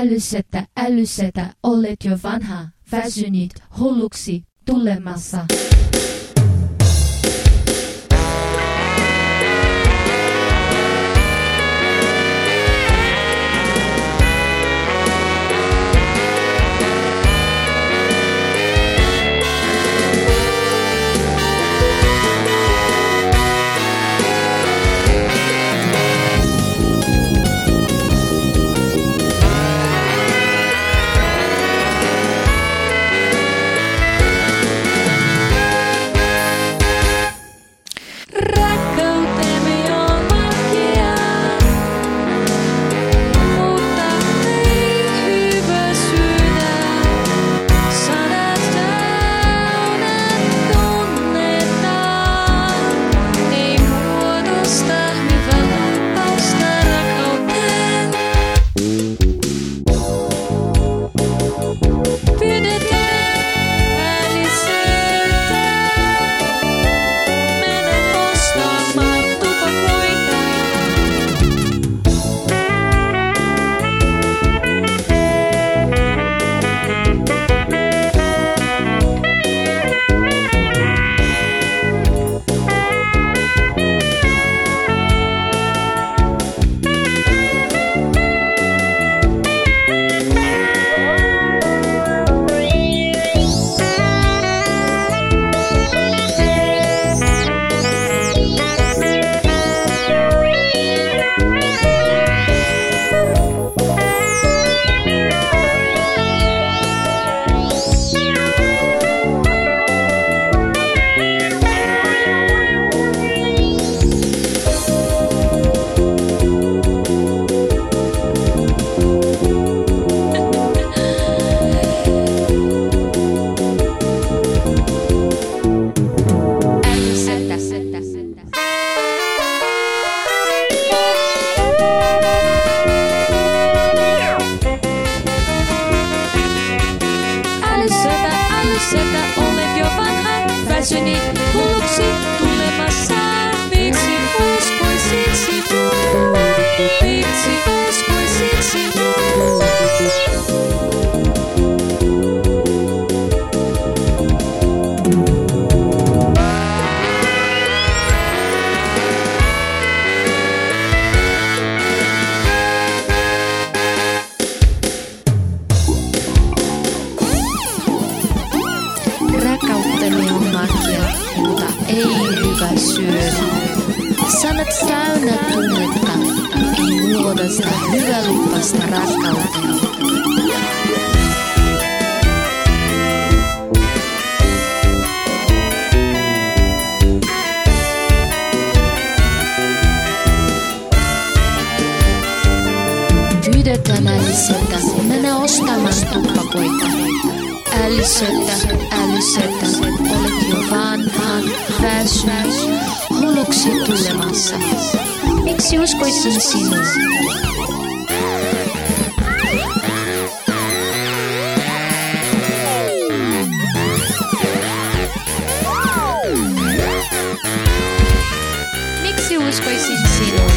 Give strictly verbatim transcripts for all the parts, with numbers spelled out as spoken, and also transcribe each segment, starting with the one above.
Älysetä, älysetä, olet jo vanha, väsynyt, hulluksi, tulemassa. Rakkauteni on magia, mutta ei hyvä syödä. Sanat täynnä tunnetta, ei muodosta hyvälupasta rakkauteni. Pyydetään Äliseltä, mennä ostamaan tuppakoita. Äliseltä, Äliseltä, olet jo vanha, väsynyt, hulluksi tulemassa. Miksi uskoisin sinuun? Miksi uskoisin sinuun?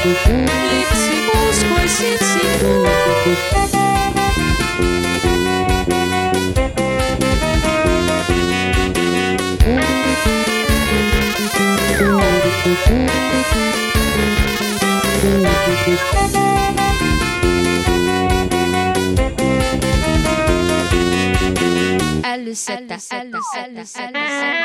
Aluseta, aluseta,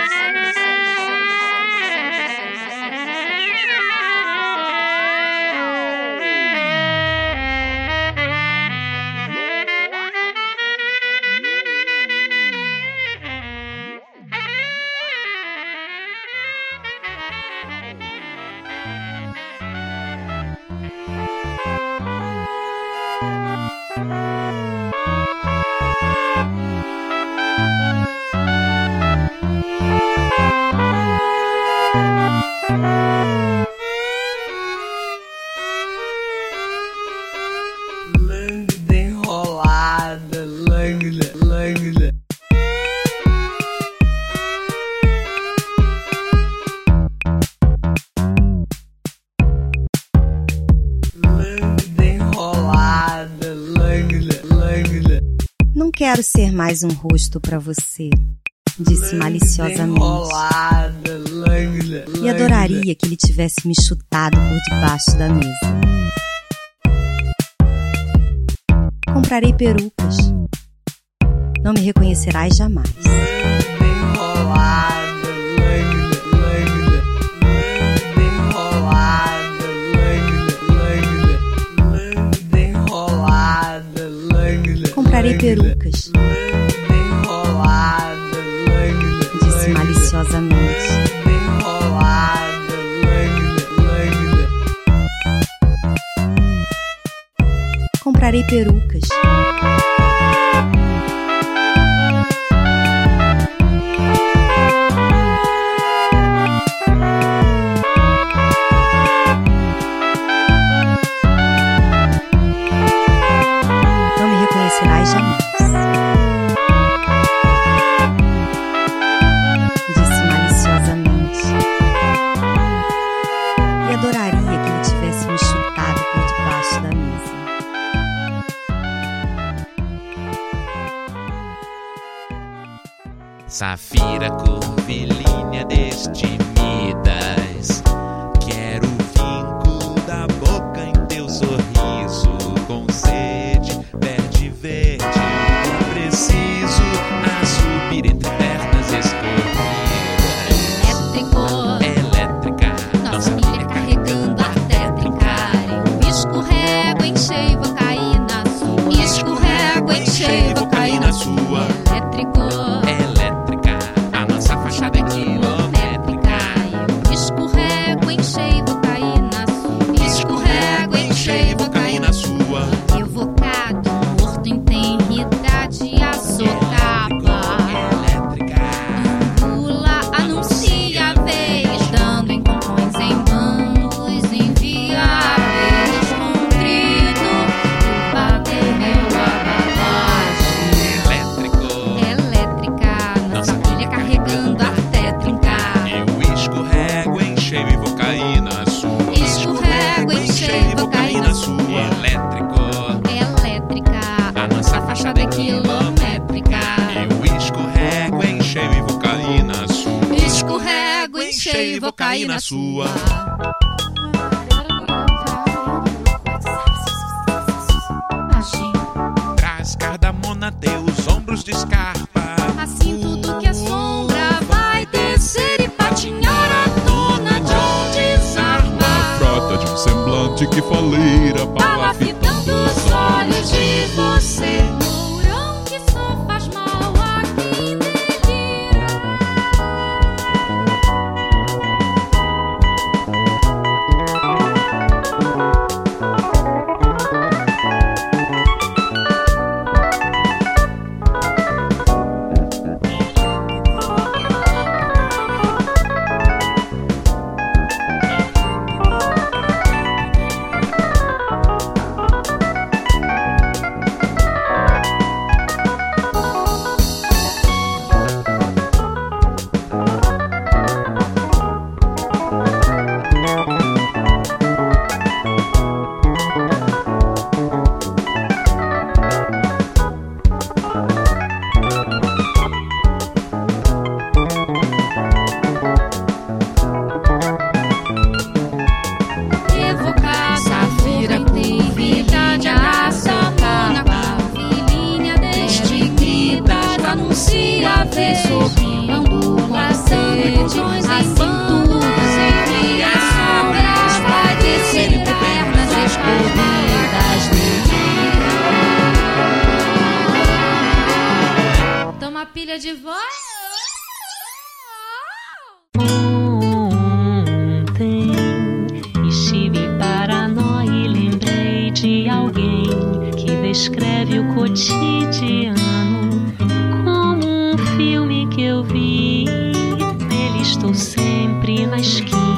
Lângula enrolada, lângula, lângula. Lângula enrolada, lângula, lângula. Não quero ser mais um rosto pra você, disse maliciosamente. Enrolada, lângula, lângula. E adoraria que ele tivesse me chutado por debaixo da mesa. Comprarei perucas. Não me reconhecerás jamais. Enrolada, lângula, lângula. Enrolada, lângula, lângula. Enrolada, lângula. Comprarei perucas, Enrolada, lângula, disse maliciosamente. enrolada, lângula, lângula. Comprarei perucas. Não me reconhecerás jamais, disse maliciosamente. E adoraria que ele tivesse me chutado por debaixo da mesa. Safira, curvilínea destemidas, quero o vinco da boca em teu sorriso. Com sede, verde, verde, eu preciso a subir entre pernas escorridas. Elétrica, nossa milha carregando até trincar. Eu escorrego, enchei, vou cair na sua. Escorrego, enchei, vou cair na sua. Elétrico. Vou cair na sua. Traz cardamona, teus ombros de escarpa. Assim tudo que a sombra vai descer e patinhar a dona de onde desarma. A frota de um semblante que faleira, palafitando os olhos de você. Mourão que só faz mal a quem delira.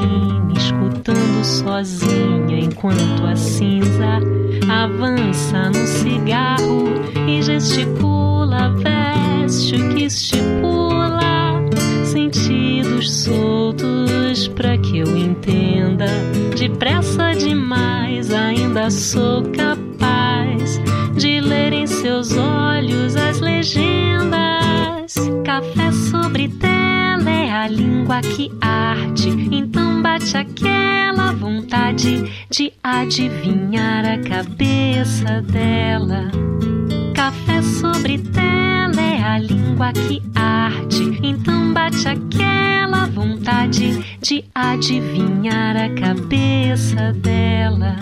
esquina, escutando sozinha, enquanto a cinza avança no cigarro e gesticula, veste o que estipula, sentidos soltos pra que eu entenda. Depressa demais, ainda sou capaz de ler em seus olhos as legendas. Café sobre tela é a língua que arde, então bate aquela vontade de adivinhar a cabeça dela. Café sobre tela é a língua que arde, então bate aquela vontade de adivinhar a cabeça dela.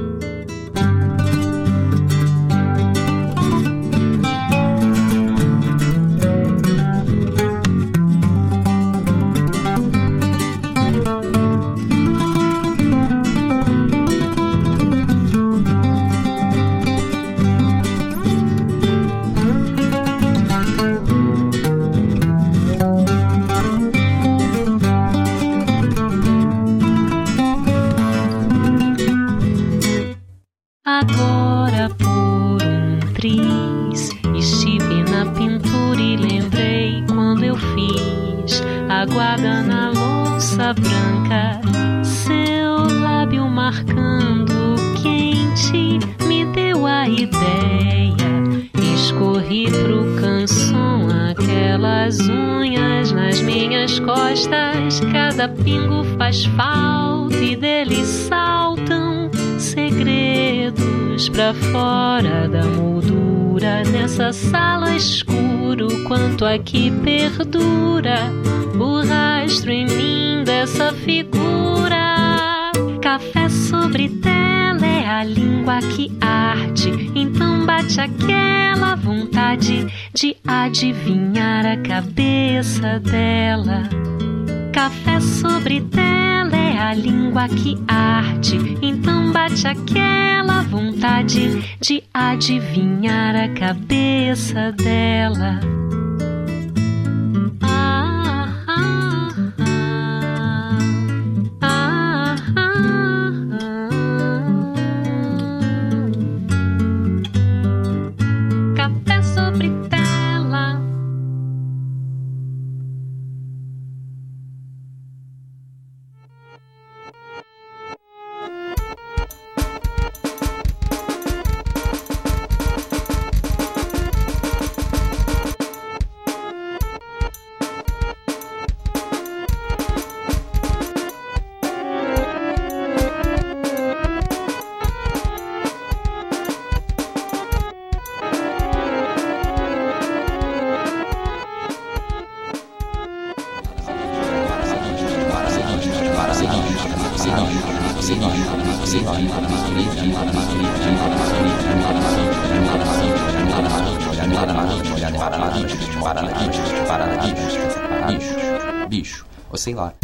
Agora por um triz estive na pintura e lembrei quando eu fiz aguada na louça branca, seu lábio marcando quente me deu a ideia. Escorri pro canção aquelas unhas nas minhas costas, cada pingo faz falta e deles saltam segredos pra fora da moldura. Nessa sala escuro, quanto aqui perdura o rastro em mim dessa figura. Café sobre tela é a língua que arde, então bate aquela vontade de adivinhar a cabeça dela. Café sobre tela é a língua que arde, então bate aquela vontade de adivinhar a cabeça dela. Ah, ah, ah, ah, ah, ah. Café sobre tela. Bicho, bicho, ou sei lá.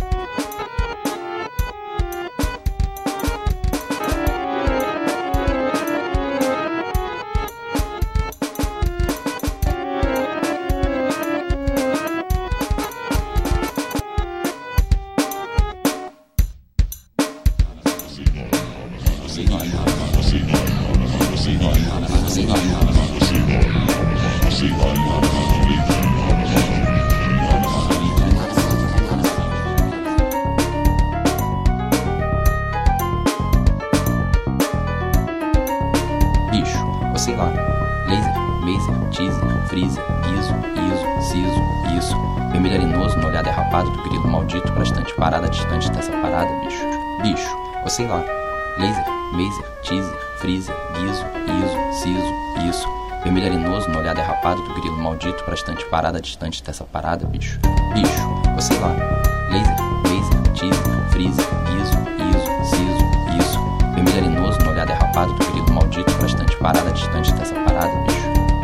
Sei lá, laser, maser, teaser, freezer, guiso, iso, siso, isso. Vermelho arenoso no olhar derrapado do grilo maldito pra estante parada distante dessa parada, bicho. Bicho, ou sei lá, laser, maser, teaser, freezer, guiso, iso, siso, isso. Vermelho arenoso no olhar derrapado do grilo maldito pra estante parada distante dessa parada, bicho. Bicho, ou sei lá, laser, maser, teaser, freezer, guiso, iso, siso, isso. Vermelho arenoso no olhar derrapado do grilo maldito pra estante parada distante dessa parada, bicho.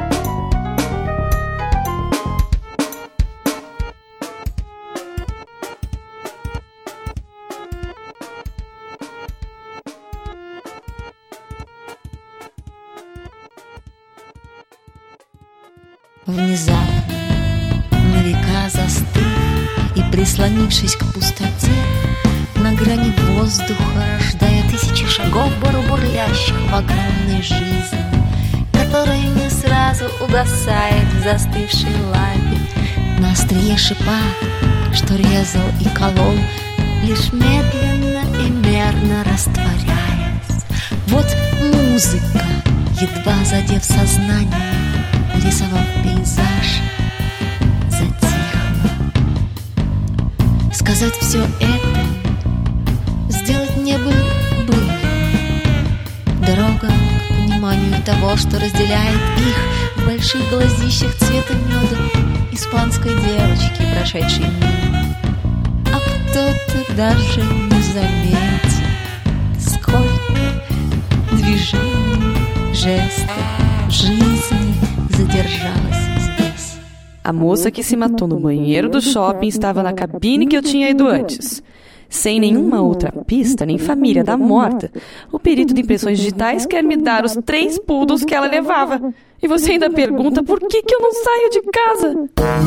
Внезапно на века застыв и прислонившись к пустоте, на На грани воздуха, рождая тысячи шагов бурлящих в огромной жизни, которая не сразу угасает в застывшей лапе, на острие шипа, что резал и колол, лишь медленно и мерно растворяясь. Вот музыка, едва задев сознание, рисовав пейзаж, затихла. Сказать все это, сделать не было бы. Дорога к пониманию того, что разделяет их в больших глазищах цвета меда испанской девочки, прошедшей мимо. А кто-то даже не заметит, сколько движений, jestov, жизни задержалась здесь. A moça que se matou no banheiro do shopping estava na cabine que eu tinha ido antes. Sem nenhuma outra pista, nem família da morta, o perito de impressões digitais quer me dar os três poodles que ela levava. E você ainda pergunta por que, que eu não saio de casa?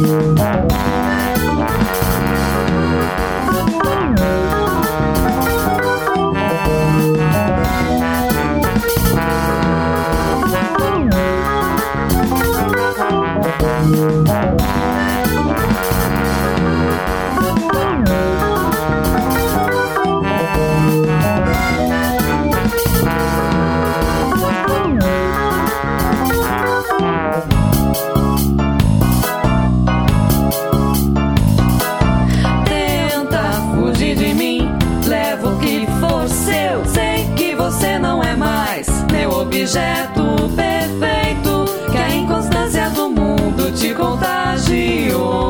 Objeto perfeito que a inconstância do mundo te contagiou.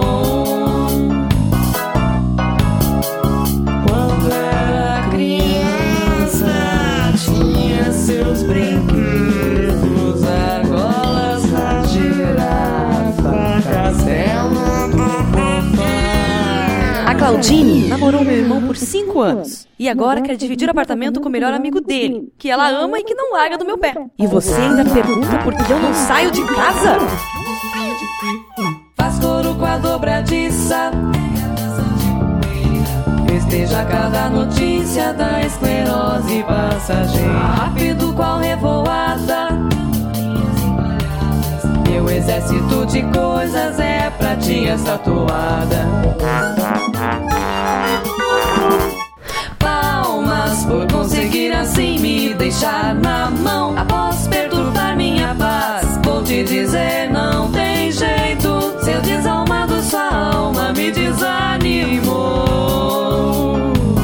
Quando era criança, tinha seus brinquedos, argolas da girafa, castelo do papai. A Claudine namorou meu irmão por cinco anos. E agora quer dividir o apartamento com o melhor amigo dele, que ela ama e que não larga do meu pé. E você ainda pergunta por que eu não saio de casa? Faz coro com a dobradiça, festeja cada notícia da esclerose passageira. Rápido qual revoada, meu exército de coisas é pra ti essa toada. Por conseguir assim me deixar na mão, após perturbar minha paz, vou te dizer, não tem jeito. Seu desalmado, sua alma me desanimou.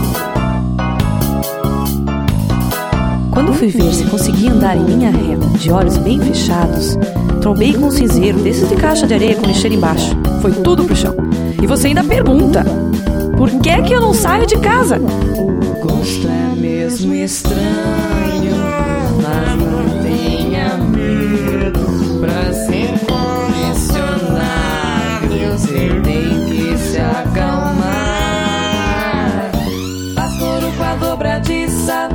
Quando fui ver se conseguia andar em linha reta, de olhos bem fechados, trombei com um cinzeiro desses de caixa de areia com lixeira embaixo. Foi tudo pro chão. E você ainda pergunta, por que é que eu não saio de casa? Gosto é mesmo estranho, mas não tenha medo. Pra ser condicionado, você tem que se acalmar. Faz coro com a dobradiça,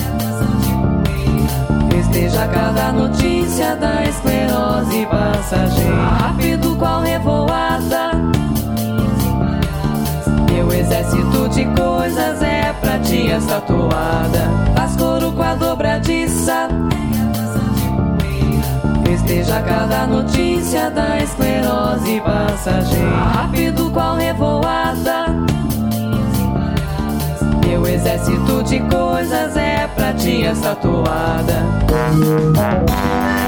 festeja cada notícia da esclerose passageira. Rápido qual revoada, meu exército de coisas é pra ti essa toada. Faz coro com a dobradiça, festeja cada notícia da esclerose passageira. Rápido qual revoada, meu exército de coisas é pra ti essa toada.